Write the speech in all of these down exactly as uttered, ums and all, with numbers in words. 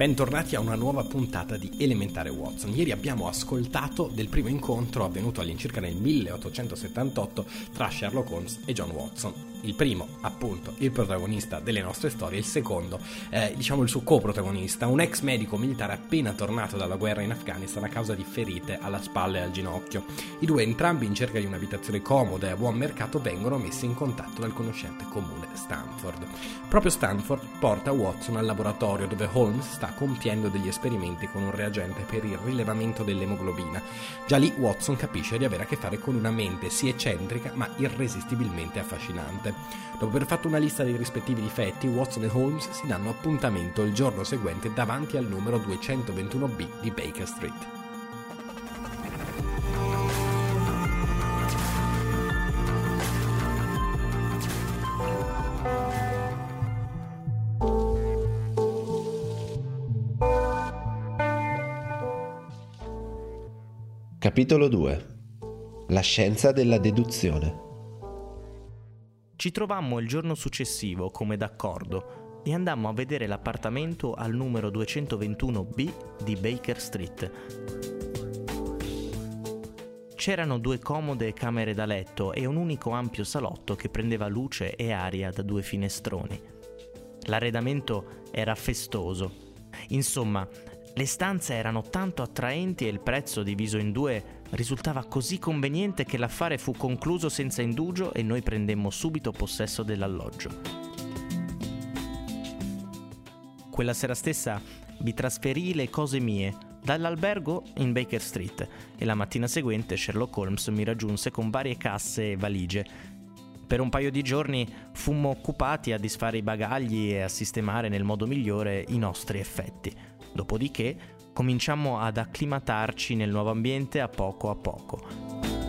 Bentornati a una nuova puntata di Elementare Watson. Ieri abbiamo ascoltato del primo incontro avvenuto all'incirca nel milleottocentosettantotto tra Sherlock Holmes e John Watson. Il primo, appunto, il protagonista delle nostre storie, il secondo, eh, diciamo il suo coprotagonista, un ex medico militare appena tornato dalla guerra in Afghanistan a causa di ferite alla spalla e al ginocchio. I due, entrambi in cerca di un'abitazione comoda e a buon mercato, vengono messi in contatto dal conoscente comune Stanford. Proprio Stanford porta Watson al laboratorio dove Holmes sta compiendo degli esperimenti con un reagente per il rilevamento dell'emoglobina. Già lì Watson capisce di avere a che fare con una mente sì eccentrica ma irresistibilmente affascinante. Dopo aver fatto una lista dei rispettivi difetti, Watson e Holmes si danno appuntamento il giorno seguente davanti al numero duecentoventuno B di Baker Street. Capitolo due. La scienza della deduzione. Ci trovammo il giorno successivo, come d'accordo, e andammo a vedere l'appartamento al numero duecentoventuno B di Baker Street. C'erano due comode camere da letto e un unico ampio salotto che prendeva luce e aria da due finestroni. L'arredamento era festoso. Insomma, le stanze erano tanto attraenti e il prezzo diviso in due risultava così conveniente che l'affare fu concluso senza indugio e noi prendemmo subito possesso dell'alloggio. Quella sera stessa vi trasferii le cose mie dall'albergo in Baker Street e la mattina seguente Sherlock Holmes mi raggiunse con varie casse e valigie. Per un paio di giorni fummo occupati a disfare i bagagli e a sistemare nel modo migliore i nostri effetti. Dopodiché cominciammo ad acclimatarci nel nuovo ambiente a poco a poco.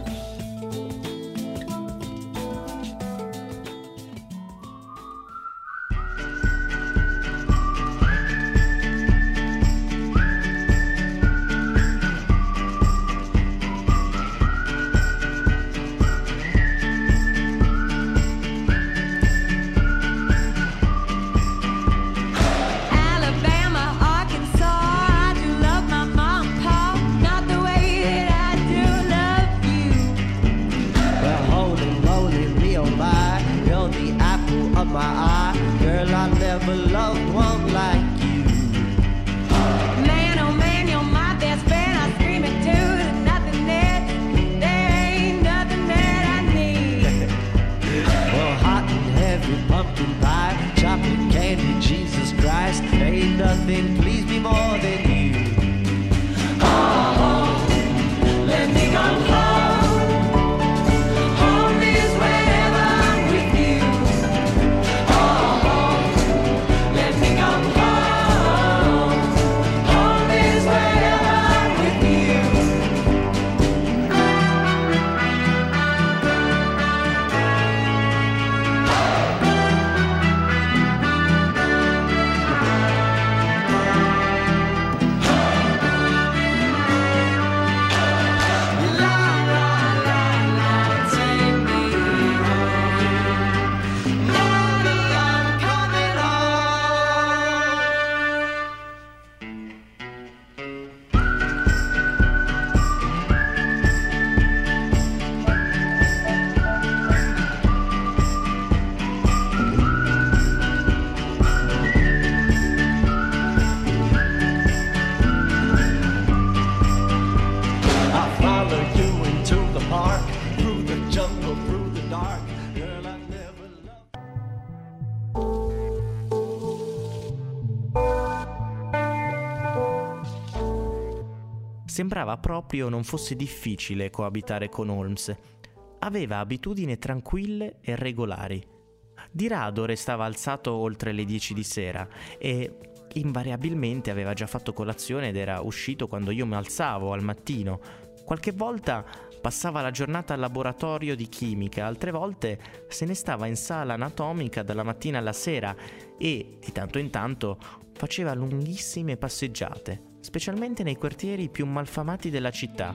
Sembrava proprio non fosse difficile coabitare con Holmes. Aveva abitudini tranquille e regolari. Di rado restava alzato oltre le dieci di sera e invariabilmente aveva già fatto colazione ed era uscito quando io mi alzavo al mattino. Qualche volta passava la giornata al laboratorio di chimica, altre volte se ne stava in sala anatomica dalla mattina alla sera e, di tanto in tanto, faceva lunghissime passeggiate, specialmente nei quartieri più malfamati della città.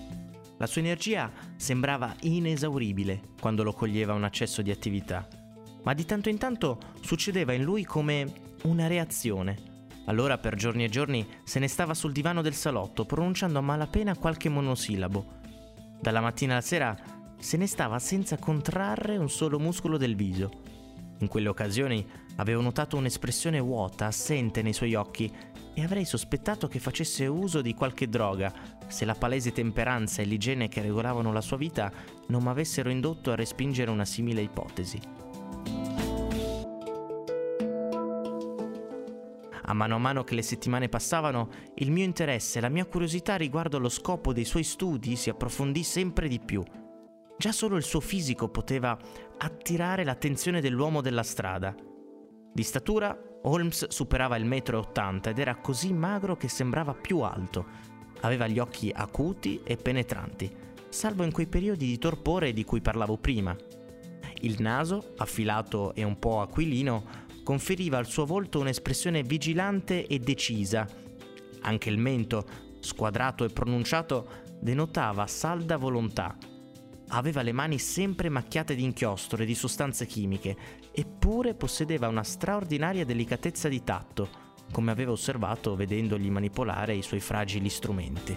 La sua energia sembrava inesauribile quando lo coglieva un accesso di attività. ma di tanto in tanto succedeva in lui come una reazione. Allora per giorni e giorni se ne stava sul divano del salotto pronunciando a malapena qualche monosillabo. Dalla mattina alla sera se ne stava senza contrarre un solo muscolo del viso. In quelle occasioni avevo notato un'espressione vuota, assente nei suoi occhi, e avrei sospettato che facesse uso di qualche droga, se la palese temperanza e l'igiene che regolavano la sua vita non m'avessero indotto a respingere una simile ipotesi. A mano a mano che le settimane passavano, il mio interesse e la mia curiosità riguardo allo scopo dei suoi studi si approfondì sempre di più. Già solo il suo fisico poteva attirare l'attenzione dell'uomo della strada. Di statura, Holmes superava il metro e ottanta ed era così magro che sembrava più alto. Aveva gli occhi acuti e penetranti, salvo in quei periodi di torpore di cui parlavo prima. Il naso, affilato e un po' aquilino, conferiva al suo volto un'espressione vigilante e decisa. Anche il mento, squadrato e pronunciato, denotava salda volontà. Aveva le mani sempre macchiate di inchiostro e di sostanze chimiche, eppure possedeva una straordinaria delicatezza di tatto, come avevo osservato vedendogli manipolare i suoi fragili strumenti.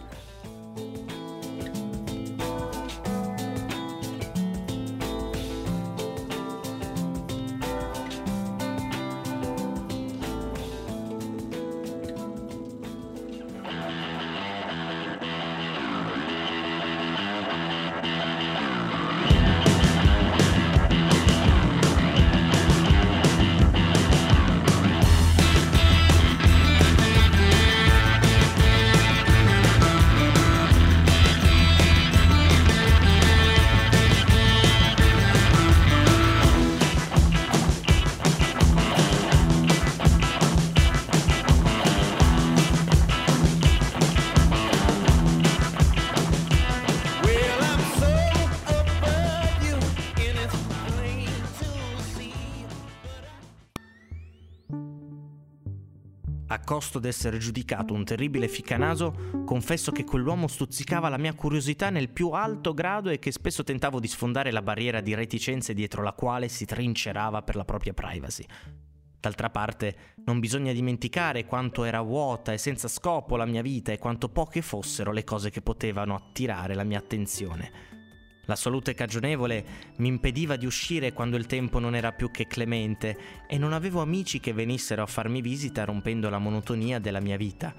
A costo d'essere giudicato un terribile ficcanaso, confesso che quell'uomo stuzzicava la mia curiosità nel più alto grado e che spesso tentavo di sfondare la barriera di reticenze dietro la quale si trincerava per la propria privacy. D'altra parte, non bisogna dimenticare quanto era vuota e senza scopo la mia vita e quanto poche fossero le cose che potevano attirare la mia attenzione. La salute cagionevole mi impediva di uscire quando il tempo non era più che clemente e non avevo amici che venissero a farmi visita rompendo la monotonia della mia vita.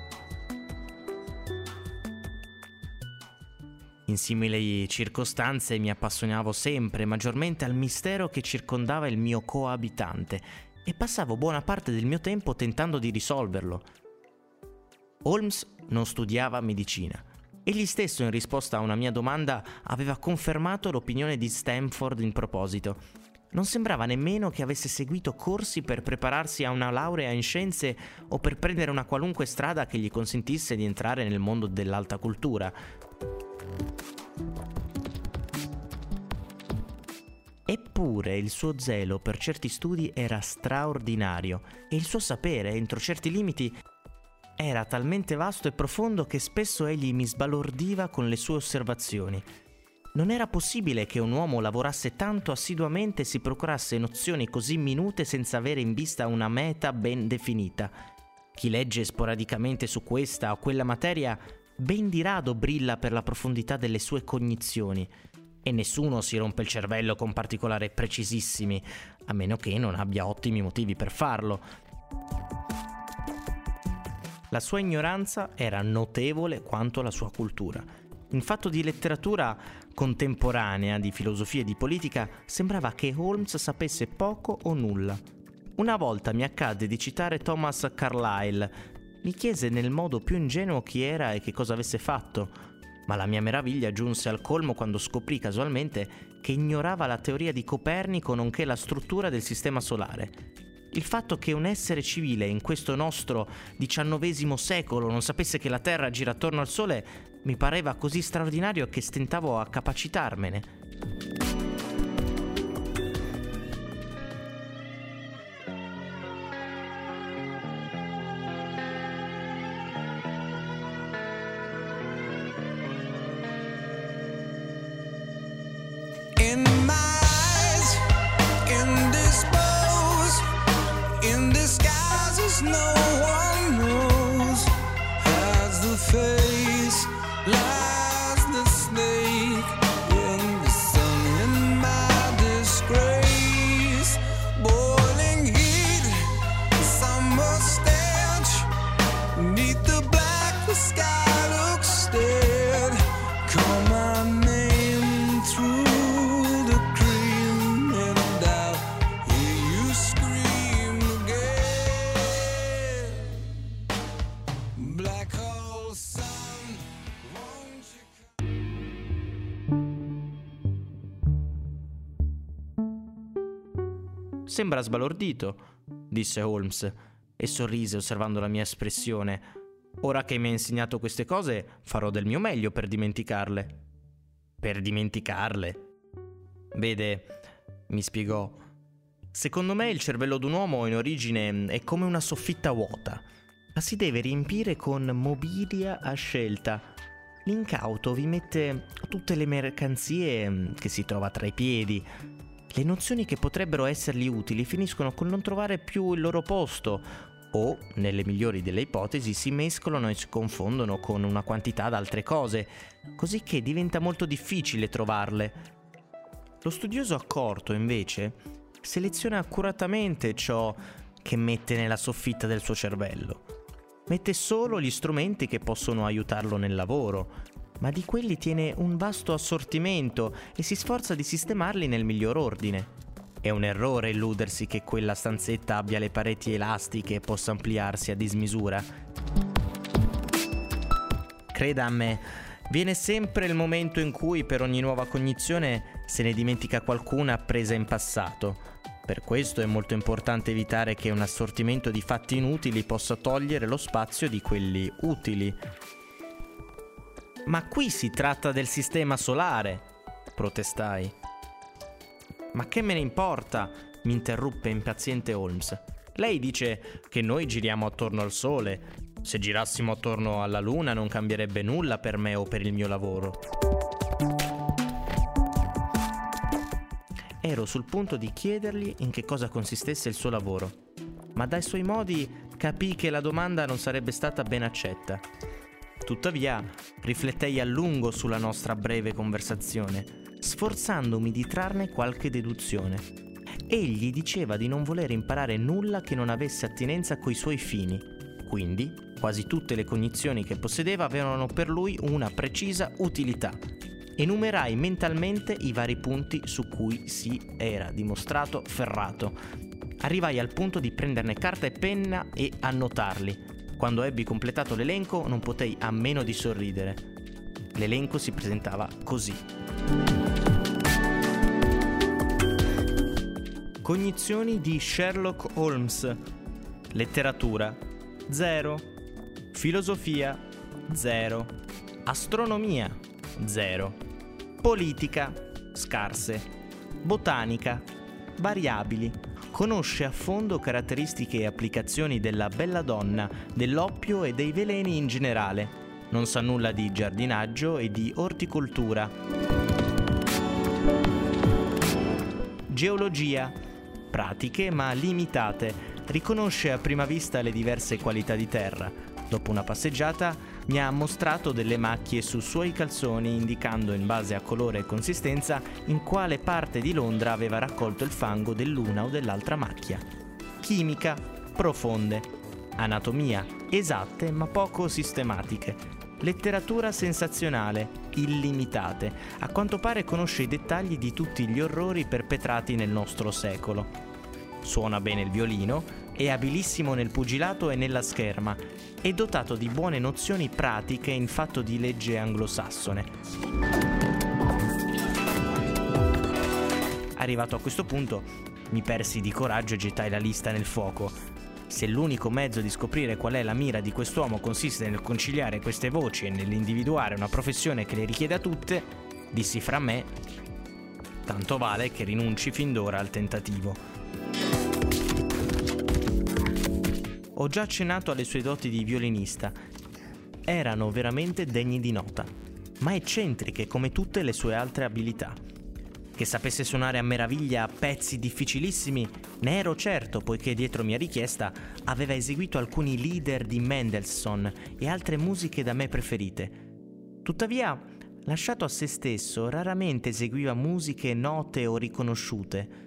In simili circostanze mi appassionavo sempre maggiormente al mistero che circondava il mio coabitante e passavo buona parte del mio tempo tentando di risolverlo. Holmes non studiava medicina. Egli stesso, in risposta a una mia domanda, aveva confermato l'opinione di Stanford in proposito. Non sembrava nemmeno che avesse seguito corsi per prepararsi a una laurea in scienze o per prendere una qualunque strada che gli consentisse di entrare nel mondo dell'alta cultura. Eppure il suo zelo per certi studi era straordinario e il suo sapere, entro certi limiti, era talmente vasto e profondo che spesso egli mi sbalordiva con le sue osservazioni. Non era possibile che un uomo lavorasse tanto assiduamente e si procurasse nozioni così minute senza avere in vista una meta ben definita. Chi legge sporadicamente su questa o quella materia ben di rado brilla per la profondità delle sue cognizioni, e nessuno si rompe il cervello con particolari precisissimi, a meno che non abbia ottimi motivi per farlo. La sua ignoranza era notevole quanto la sua cultura. In fatto di letteratura contemporanea, di filosofia e di politica, sembrava che Holmes sapesse poco o nulla. Una volta mi accadde di citare Thomas Carlyle. Mi chiese nel modo più ingenuo chi era e che cosa avesse fatto, ma la mia meraviglia giunse al colmo quando scoprì casualmente che ignorava la teoria di Copernico nonché la struttura del sistema solare. Il fatto che un essere civile in questo nostro diciannovesimo secolo non sapesse che la Terra gira attorno al Sole mi pareva così straordinario che stentavo a capacitarmene. In my eyes, in no one knows, has the face, lies the snake in the sun, in my disgrace. Boiling heat, summer stench, neath the black, the sky looks dead. Call my name through the cream and I'll hear you scream again. Black hole sun, won't you? Sembra sbalordito, disse Holmes e sorrise osservando la mia espressione. Ora che mi hai insegnato queste cose, farò del mio meglio per dimenticarle. Per dimenticarle? Vede, mi spiegò, secondo me il cervello d'un uomo in origine è come una soffitta vuota. La si deve riempire con mobilia a scelta. L'incauto vi mette tutte le mercanzie che si trova tra i piedi. Le nozioni che potrebbero essergli utili finiscono col non trovare più il loro posto o, nelle migliori delle ipotesi, si mescolano e si confondono con una quantità d'altre cose, così che diventa molto difficile trovarle. Lo studioso accorto, invece, seleziona accuratamente ciò che mette nella soffitta del suo cervello. Mette solo gli strumenti che possono aiutarlo nel lavoro, ma di quelli tiene un vasto assortimento e si sforza di sistemarli nel miglior ordine. È un errore illudersi che quella stanzetta abbia le pareti elastiche e possa ampliarsi a dismisura. Creda a me, viene sempre il momento in cui per ogni nuova cognizione se ne dimentica qualcuna appresa in passato. Per questo è molto importante evitare che un assortimento di fatti inutili possa togliere lo spazio di quelli utili. Ma qui si tratta del sistema solare, protestai. Ma che me ne importa? Mi interruppe impaziente Holmes. Lei dice che noi giriamo attorno al Sole. Se girassimo attorno alla Luna non cambierebbe nulla per me o per il mio lavoro. Ero sul punto di chiedergli in che cosa consistesse il suo lavoro, ma dai suoi modi capii che la domanda non sarebbe stata ben accetta. Tuttavia, riflettei a lungo sulla nostra breve conversazione, sforzandomi di trarne qualche deduzione. Egli diceva di non voler imparare nulla che non avesse attinenza coi suoi fini, quindi quasi tutte le cognizioni che possedeva avevano per lui una precisa utilità. Enumerai mentalmente i vari punti su cui si era dimostrato ferrato. Arrivai al punto di prenderne carta e penna e annotarli. Quando ebbi completato l'elenco non potei a meno di sorridere. L'elenco si presentava così. Cognizioni di Sherlock Holmes. Letteratura zero. Filosofia zero. Astronomia zero. Politica scarse. Botanica variabili. Conosce a fondo caratteristiche e applicazioni della belladonna, dell'oppio e dei veleni in generale. Non sa nulla di giardinaggio e di orticoltura. Geologia. Pratiche ma limitate. Riconosce a prima vista le diverse qualità di terra. Dopo una passeggiata mi ha mostrato delle macchie su suoi calzoni, indicando in base a colore e consistenza in quale parte di Londra aveva raccolto il fango dell'una o dell'altra macchia. Chimica profonde. Anatomia esatte ma poco sistematiche. Letteratura sensazionale, illimitate. A quanto pare conosce i dettagli di tutti gli orrori perpetrati nel nostro secolo. Suona bene il violino, è abilissimo nel pugilato e nella scherma, è dotato di buone nozioni pratiche in fatto di legge anglosassone. Arrivato a questo punto, mi persi di coraggio e gettai la lista nel fuoco. Se l'unico mezzo di scoprire qual è la mira di quest'uomo consiste nel conciliare queste voci e nell'individuare una professione che le richiede a tutte, dissi fra me, tanto vale che rinunci fin d'ora al tentativo. Ho già accennato alle sue doti di violinista. Erano veramente degni di nota, ma eccentriche come tutte le sue altre abilità. Che sapesse suonare a meraviglia pezzi difficilissimi ne ero certo, poiché dietro mia richiesta aveva eseguito alcuni leader di Mendelssohn e altre musiche da me preferite. Tuttavia, lasciato a se stesso, raramente eseguiva musiche note o riconosciute.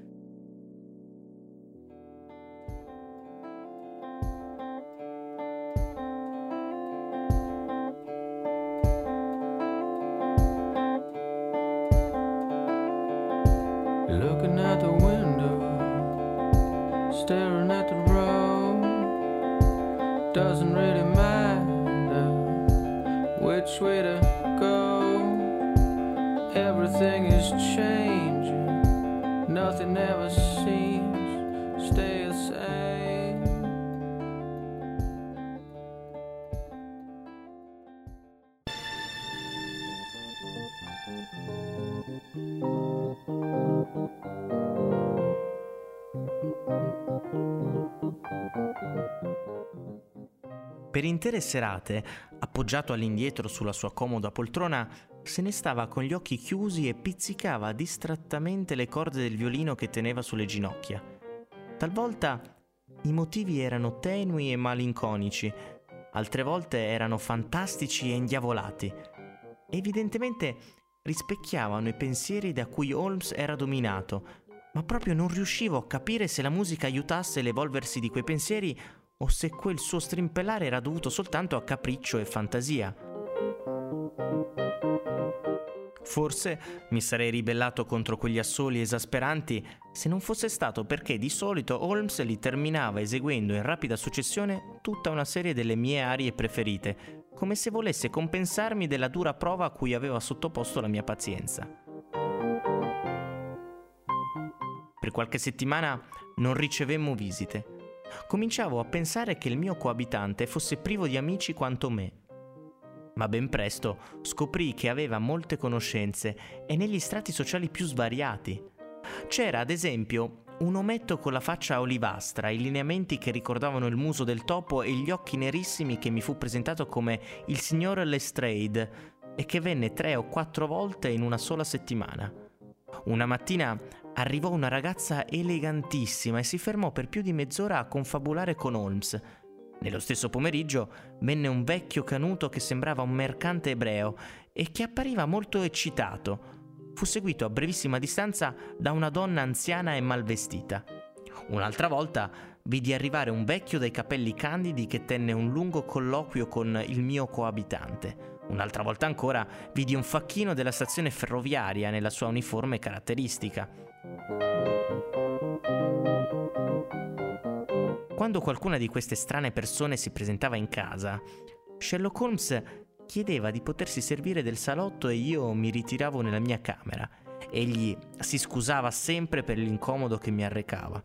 Looking at the window, staring at the road. Doesn't really matter which way to go. Everything is changing, nothing ever seems to stay the same. Per intere serate, appoggiato all'indietro sulla sua comoda poltrona, se ne stava con gli occhi chiusi e pizzicava distrattamente le corde del violino che teneva sulle ginocchia. Talvolta i motivi erano tenui e malinconici, altre volte erano fantastici e indiavolati. Evidentemente rispecchiavano i pensieri da cui Holmes era dominato, ma proprio non riuscivo a capire se la musica aiutasse l'evolversi di quei pensieri o se quel suo strimpellare era dovuto soltanto a capriccio e fantasia. Forse mi sarei ribellato contro quegli assoli esasperanti se non fosse stato perché di solito Holmes li terminava eseguendo in rapida successione tutta una serie delle mie arie preferite, come se volesse compensarmi della dura prova a cui aveva sottoposto la mia pazienza. Per qualche settimana non ricevemmo visite. Cominciavo a pensare che il mio coabitante fosse privo di amici quanto me. Ma ben presto scoprì che aveva molte conoscenze e negli strati sociali più svariati. C'era, ad esempio, un ometto con la faccia olivastra, i lineamenti che ricordavano il muso del topo e gli occhi nerissimi che mi fu presentato come il signor Lestrade e che venne tre o quattro volte in una sola settimana. Una mattina arrivò una ragazza elegantissima e si fermò per più di mezz'ora a confabulare con Holmes. Nello stesso pomeriggio venne un vecchio canuto che sembrava un mercante ebreo e che appariva molto eccitato. Fu seguito a brevissima distanza da una donna anziana e malvestita. Un'altra volta vidi arrivare un vecchio dai capelli candidi che tenne un lungo colloquio con il mio coabitante. Un'altra volta ancora vidi un facchino della stazione ferroviaria nella sua uniforme caratteristica. Quando qualcuna di queste strane persone si presentava in casa, Sherlock Holmes chiedeva di potersi servire del salotto e io mi ritiravo nella mia camera. Egli si scusava sempre per l'incomodo che mi arrecava.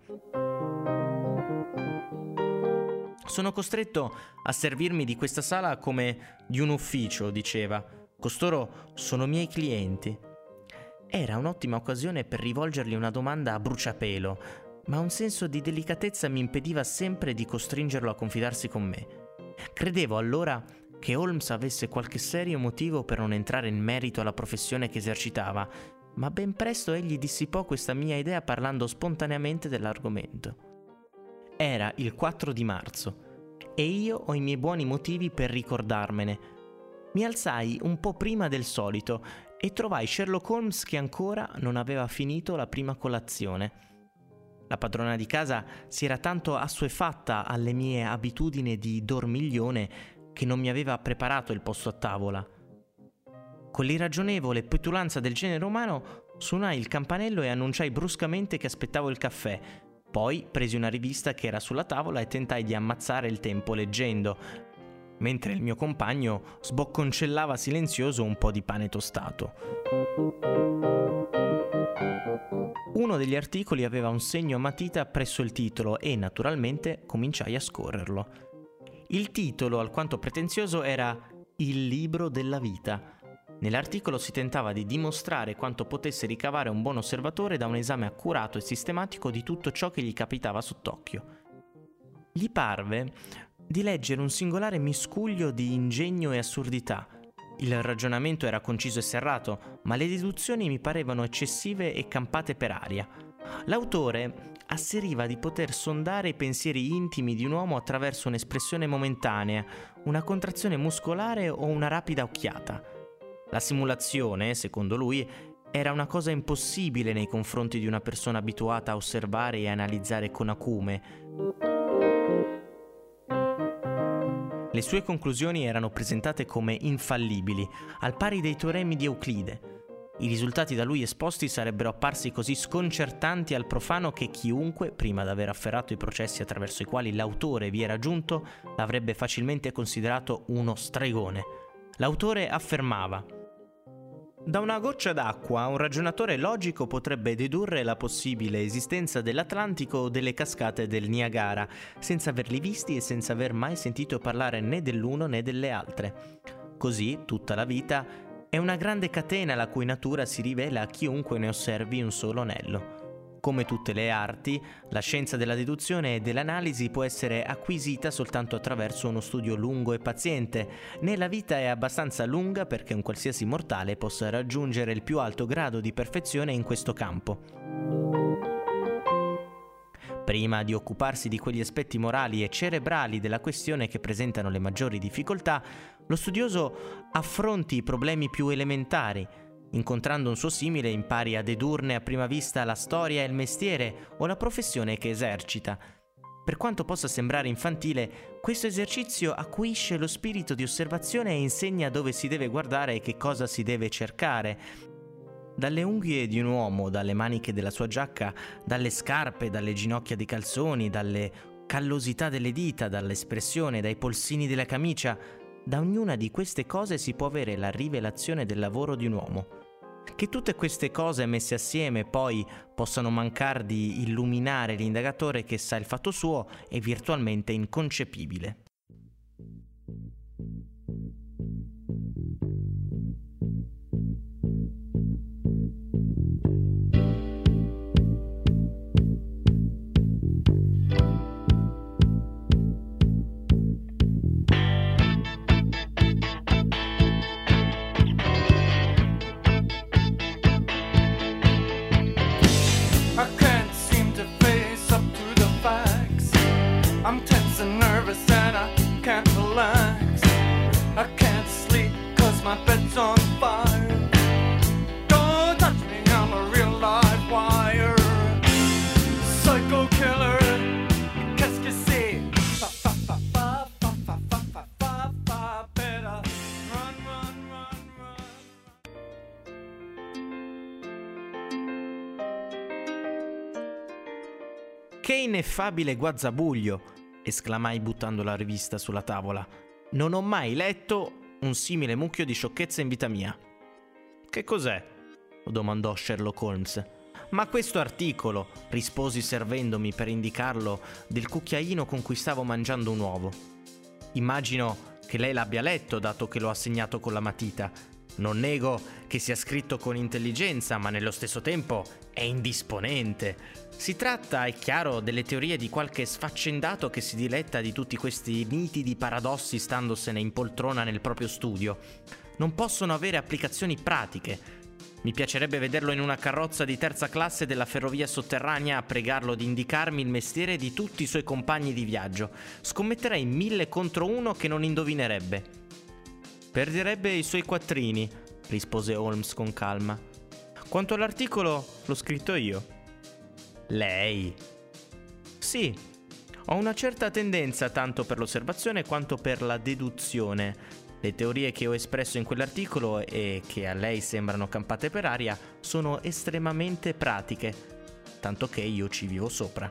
Sono costretto a servirmi di questa sala come di un ufficio, diceva. Costoro sono miei clienti. Era un'ottima occasione per rivolgergli una domanda a bruciapelo, ma un senso di delicatezza mi impediva sempre di costringerlo a confidarsi con me. Credevo allora che Holmes avesse qualche serio motivo per non entrare in merito alla professione che esercitava, ma ben presto egli dissipò questa mia idea parlando spontaneamente dell'argomento. Era il quattro di marzo e io ho i miei buoni motivi per ricordarmene. Mi alzai un po' prima del solito e trovai Sherlock Holmes che ancora non aveva finito la prima colazione. La padrona di casa si era tanto assuefatta alle mie abitudini di dormiglione che non mi aveva preparato il posto a tavola. Con l'irragionevole petulanza del genere umano suonai il campanello e annunciai bruscamente che aspettavo il caffè. Poi presi una rivista che era sulla tavola e tentai di ammazzare il tempo leggendo, mentre il mio compagno sbocconcellava silenzioso un po' di pane tostato. Uno degli articoli aveva un segno a matita presso il titolo e, naturalmente, cominciai a scorrerlo. Il titolo, alquanto pretenzioso, era Il libro della vita. Nell'articolo si tentava di dimostrare quanto potesse ricavare un buon osservatore da un esame accurato e sistematico di tutto ciò che gli capitava sott'occhio. Gli parve di leggere un singolare miscuglio di ingegno e assurdità. Il ragionamento era conciso e serrato, ma le deduzioni mi parevano eccessive e campate per aria. L'autore asseriva di poter sondare i pensieri intimi di un uomo attraverso un'espressione momentanea, una contrazione muscolare o una rapida occhiata. La simulazione, secondo lui, era una cosa impossibile nei confronti di una persona abituata a osservare e analizzare con acume. Le sue conclusioni erano presentate come infallibili, al pari dei teoremi di Euclide. I risultati da lui esposti sarebbero apparsi così sconcertanti al profano che chiunque, prima d'aver afferrato i processi attraverso i quali l'autore vi era giunto, l'avrebbe facilmente considerato uno stregone. L'autore affermava: da una goccia d'acqua un ragionatore logico potrebbe dedurre la possibile esistenza dell'Atlantico o delle cascate del Niagara, senza averli visti e senza aver mai sentito parlare né dell'uno né delle altre. Così, tutta la vita è una grande catena la cui natura si rivela a chiunque ne osservi un solo anello. Come tutte le arti, la scienza della deduzione e dell'analisi può essere acquisita soltanto attraverso uno studio lungo e paziente, né la vita è abbastanza lunga perché un qualsiasi mortale possa raggiungere il più alto grado di perfezione in questo campo. Prima di occuparsi di quegli aspetti morali e cerebrali della questione che presentano le maggiori difficoltà, lo studioso affronti i problemi più elementari. Incontrando un suo simile impari a dedurne a prima vista la storia e il mestiere o la professione che esercita. Per quanto possa sembrare infantile, questo esercizio acuisce lo spirito di osservazione e insegna dove si deve guardare e che cosa si deve cercare. Dalle unghie di un uomo, dalle maniche della sua giacca, dalle scarpe, dalle ginocchia dei calzoni, dalle callosità delle dita, dall'espressione, dai polsini della camicia, da ognuna di queste cose si può avere la rivelazione del lavoro di un uomo. Che tutte queste cose messe assieme poi possano mancar di illuminare l'indagatore che sa il fatto suo è virtualmente inconcepibile. Che ineffabile guazzabuglio! Esclamai buttando la rivista sulla tavola. Non ho mai letto un simile mucchio di sciocchezze in vita mia. Che cos'è? Domandò Sherlock Holmes. Ma questo articolo, risposi servendomi per indicarlo del cucchiaino con cui stavo mangiando un uovo. Immagino che lei l'abbia letto, dato che l'ho assegnato con la matita. Non nego che sia scritto con intelligenza, ma nello stesso tempo è indisponente. Si tratta, è chiaro, delle teorie di qualche sfaccendato che si diletta di tutti questi nitidi paradossi standosene in poltrona nel proprio studio. Non possono avere applicazioni pratiche. Mi piacerebbe vederlo in una carrozza di terza classe della ferrovia sotterranea a pregarlo di indicarmi il mestiere di tutti i suoi compagni di viaggio. Scommetterei mille contro uno che non indovinerebbe. Perderebbe i suoi quattrini, rispose Holmes con calma. Quanto all'articolo, l'ho scritto io. Lei? Sì, ho una certa tendenza tanto per l'osservazione quanto per la deduzione. Le teorie che ho espresso in quell'articolo e che a lei sembrano campate per aria sono estremamente pratiche, tanto che io ci vivo sopra.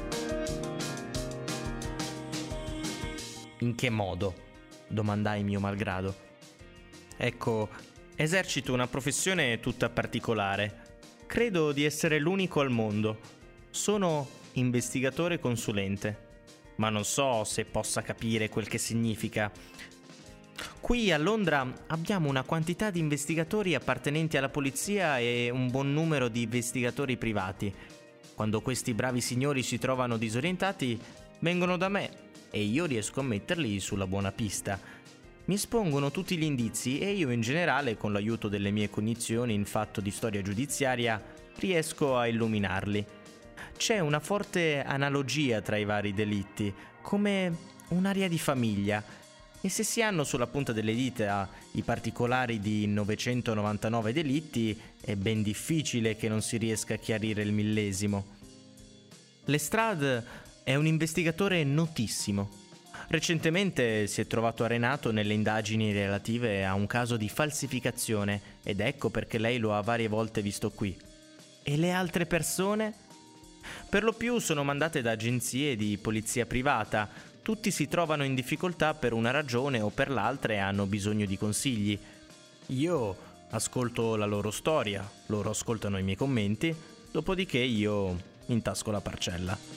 In che modo? Domandai mio malgrado. Ecco, esercito una professione tutta particolare. Credo di essere l'unico al mondo. Sono investigatore consulente, ma non so se possa capire quel che significa. Qui a Londra abbiamo una quantità di investigatori appartenenti alla polizia e un buon numero di investigatori privati. Quando questi bravi signori si trovano disorientati, vengono da me e io riesco a metterli sulla buona pista. Mi espongono tutti gli indizi e io in generale, con l'aiuto delle mie cognizioni in fatto di storia giudiziaria, riesco a illuminarli. C'è una forte analogia tra i vari delitti, come un'aria di famiglia, e se si hanno sulla punta delle dita i particolari di novecentonovantanove delitti, è ben difficile che non si riesca a chiarire il millesimo. Lestrade è un investigatore notissimo. Recentemente si è trovato arenato nelle indagini relative a un caso di falsificazione ed ecco perché lei lo ha varie volte visto qui. E le altre persone? Per lo più sono mandate da agenzie di polizia privata. Tutti si trovano in difficoltà per una ragione o per l'altra e hanno bisogno di consigli. Io ascolto la loro storia, loro ascoltano i miei commenti, dopodiché io intasco la parcella.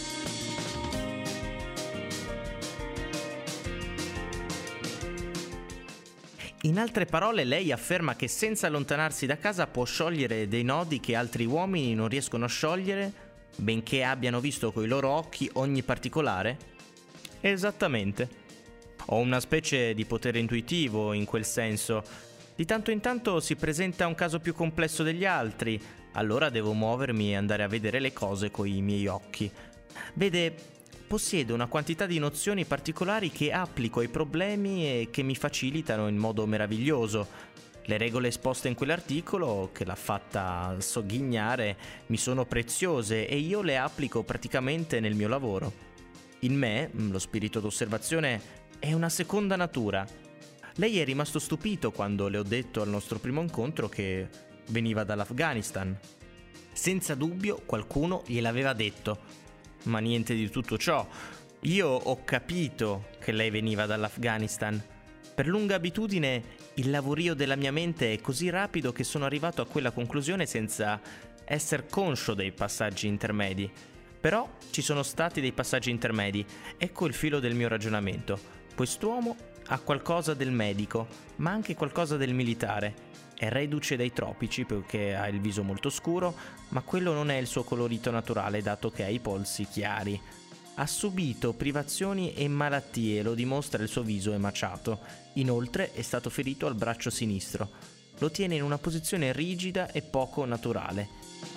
In altre parole, lei afferma che senza allontanarsi da casa può sciogliere dei nodi che altri uomini non riescono a sciogliere, benché abbiano visto coi loro occhi ogni particolare? Esattamente. Ho una specie di potere intuitivo in quel senso. Di tanto in tanto si presenta un caso più complesso degli altri, allora devo muovermi e andare a vedere le cose coi miei occhi. Vede, possiedo una quantità di nozioni particolari che applico ai problemi e che mi facilitano in modo meraviglioso. Le regole esposte in quell'articolo, che l'ha fatta sogghignare, mi sono preziose e io le applico praticamente nel mio lavoro. In me, lo spirito d'osservazione è una seconda natura. Lei è rimasto stupito quando le ho detto al nostro primo incontro che veniva dall'Afghanistan. Senza dubbio qualcuno gliel'aveva detto. Ma niente di tutto ciò. Io ho capito che lei veniva dall'Afghanistan. Per lunga abitudine, il lavorio della mia mente è così rapido che sono arrivato a quella conclusione senza essere conscio dei passaggi intermedi. Però ci sono stati dei passaggi intermedi. Ecco il filo del mio ragionamento. Quest'uomo ha qualcosa del medico, ma anche qualcosa del militare. È reduce dai tropici perché ha il viso molto scuro, ma quello non è il suo colorito naturale dato che ha i polsi chiari. Ha subito privazioni e malattie, lo dimostra il suo viso emaciato. Inoltre è stato ferito al braccio sinistro. Lo tiene in una posizione rigida e poco naturale.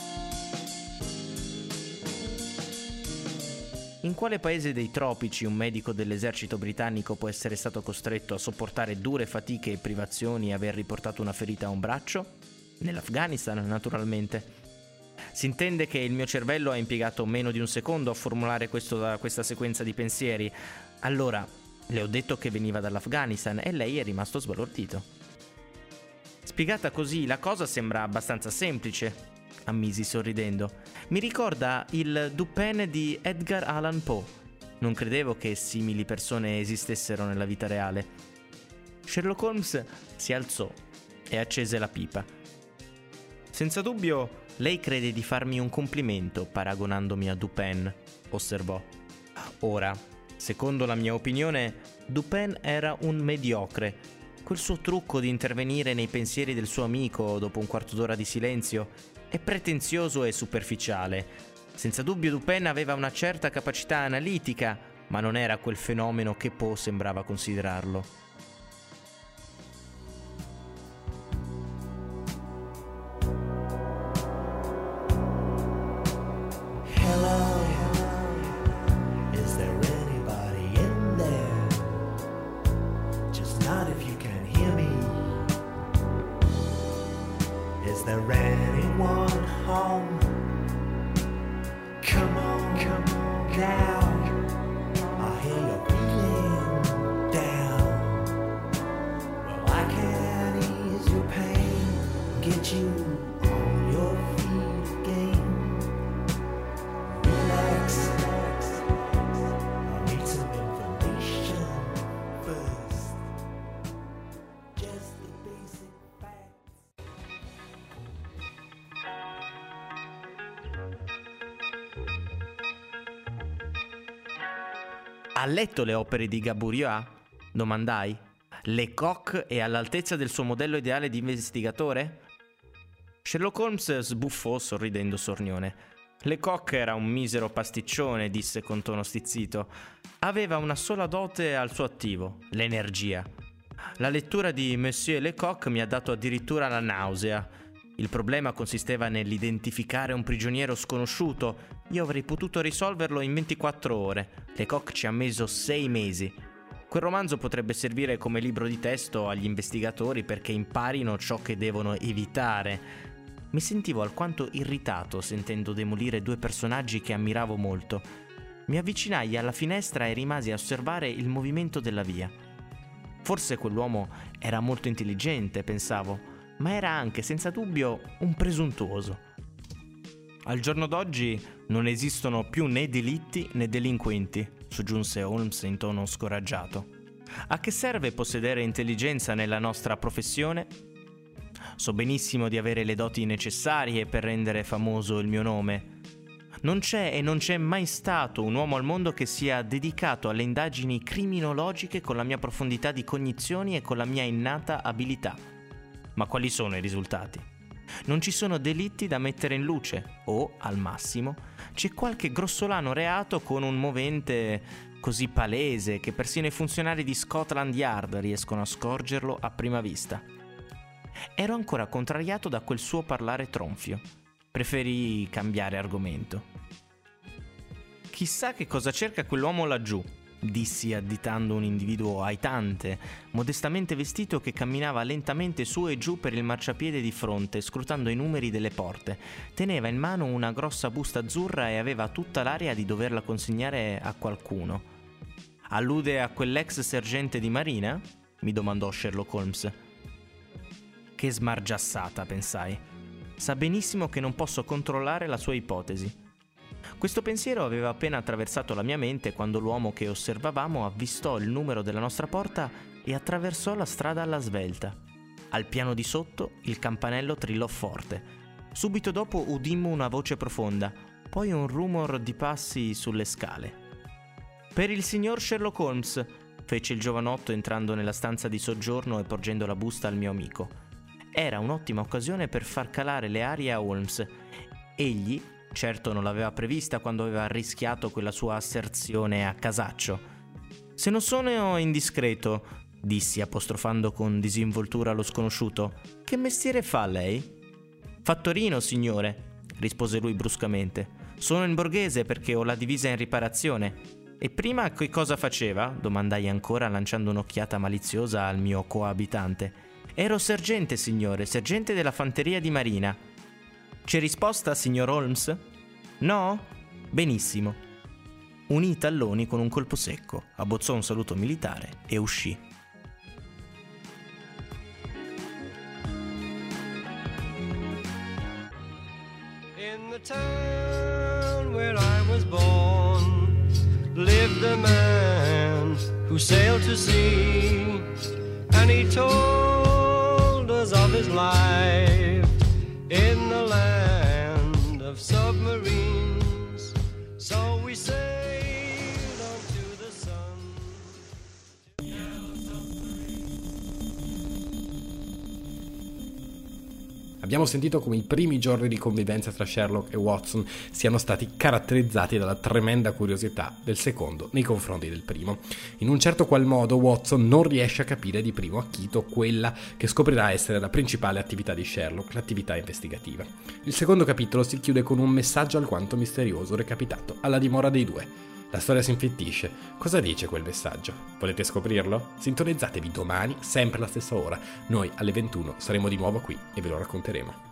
In quale paese dei tropici un medico dell'esercito britannico può essere stato costretto a sopportare dure fatiche e privazioni e aver riportato una ferita a un braccio? Nell'Afghanistan, naturalmente. Si intende che il mio cervello ha impiegato meno di un secondo a formulare questo, questa sequenza di pensieri. Allora, le ho detto che veniva dall'Afghanistan e lei è rimasto sbalordito. Spiegata così, la cosa sembra abbastanza semplice, ammisi sorridendo. Mi ricorda il Dupin di Edgar Allan Poe. Non credevo che simili persone esistessero nella vita reale. Sherlock Holmes si alzò e accese la pipa. Senza dubbio, lei crede di farmi un complimento paragonandomi a Dupin, osservò. Ora, secondo la mia opinione, Dupin era un mediocre. Quel suo trucco di intervenire nei pensieri del suo amico dopo un quarto d'ora di silenzio è pretenzioso e superficiale. Senza dubbio Dupin aveva una certa capacità analitica, ma non era quel fenomeno che Poe sembrava considerarlo. Is there anyone home? Come on, come on down. I hear you're feeling down. Well, I can ease your pain, get you on your feet again. Relax, I need some information first. Just the basic facts. Ha letto le opere di Gaboriau? Domandai. Lecoq è all'altezza del suo modello ideale di investigatore? Sherlock Holmes sbuffò sorridendo sornione. Lecoq era un misero pasticcione, disse con tono stizzito. Aveva una sola dote al suo attivo, l'energia. La lettura di Monsieur Lecoq mi ha dato addirittura la nausea. Il problema consisteva nell'identificare un prigioniero sconosciuto. Io avrei potuto risolverlo in ventiquattro ore. Lecoq ci ha messo sei mesi. Quel romanzo potrebbe servire come libro di testo agli investigatori perché imparino ciò che devono evitare. Mi sentivo alquanto irritato sentendo demolire due personaggi che ammiravo molto. Mi avvicinai alla finestra e rimasi a osservare il movimento della via. Forse quell'uomo era molto intelligente, pensavo, ma era anche senza dubbio un presuntuoso. Al giorno d'oggi non esistono più né delitti né delinquenti, soggiunse Holmes in tono scoraggiato. A che serve possedere intelligenza nella nostra professione? So benissimo di avere le doti necessarie per rendere famoso il mio nome. Non c'è e non c'è mai stato un uomo al mondo che sia dedicato alle indagini criminologiche con la mia profondità di cognizioni e con la mia innata abilità. Ma quali sono i risultati? Non ci sono delitti da mettere in luce o, al massimo, c'è qualche grossolano reato con un movente così palese che persino i funzionari di Scotland Yard riescono a scorgerlo a prima vista. Ero ancora contrariato da quel suo parlare tronfio. Preferii cambiare argomento. Chissà che cosa cerca quell'uomo laggiù, dissi additando un individuo aitante, modestamente vestito che camminava lentamente su e giù per il marciapiede di fronte, scrutando i numeri delle porte. Teneva in mano una grossa busta azzurra e aveva tutta l'aria di doverla consegnare a qualcuno. Allude a quell'ex sergente di marina? Mi domandò Sherlock Holmes. Che smargiassata, pensai. Sa benissimo che non posso controllare la sua ipotesi. Questo pensiero aveva appena attraversato la mia mente quando l'uomo che osservavamo avvistò il numero della nostra porta e attraversò la strada alla svelta. Al piano di sotto il campanello trillò forte. Subito dopo udimmo una voce profonda, poi un rumor di passi sulle scale. «Per il signor Sherlock Holmes», fece il giovanotto entrando nella stanza di soggiorno e porgendo la busta al mio amico. Era un'ottima occasione per far calare le arie a Holmes. Egli, certo, non l'aveva prevista quando aveva rischiato quella sua asserzione a casaccio. «Se non sono indiscreto», dissi apostrofando con disinvoltura lo sconosciuto, «che mestiere fa lei?» «Fattorino, signore», rispose lui bruscamente. «Sono in borghese perché ho la divisa in riparazione». «E prima che cosa faceva?» domandai ancora lanciando un'occhiata maliziosa al mio coabitante. «Ero sergente, signore, sergente della fanteria di marina». «C'è risposta, signor Holmes?» «No?» «Benissimo». Unì i talloni con un colpo secco, abbozzò un saluto militare e uscì. In the town where I was born lived a man who sailed to sea, and he told us of his life in the land of submarines. So we sailed on to the sun. Abbiamo sentito come i primi giorni di convivenza tra Sherlock e Watson siano stati caratterizzati dalla tremenda curiosità del secondo nei confronti del primo. In un certo qual modo Watson non riesce a capire di primo acchito quella che scoprirà essere la principale attività di Sherlock, l'attività investigativa. Il secondo capitolo si chiude con un messaggio alquanto misterioso recapitato alla dimora dei due. La storia si infittisce. Cosa dice quel messaggio? Volete scoprirlo? Sintonizzatevi domani, sempre alla stessa ora. Noi alle ventuno saremo di nuovo qui e ve lo racconteremo.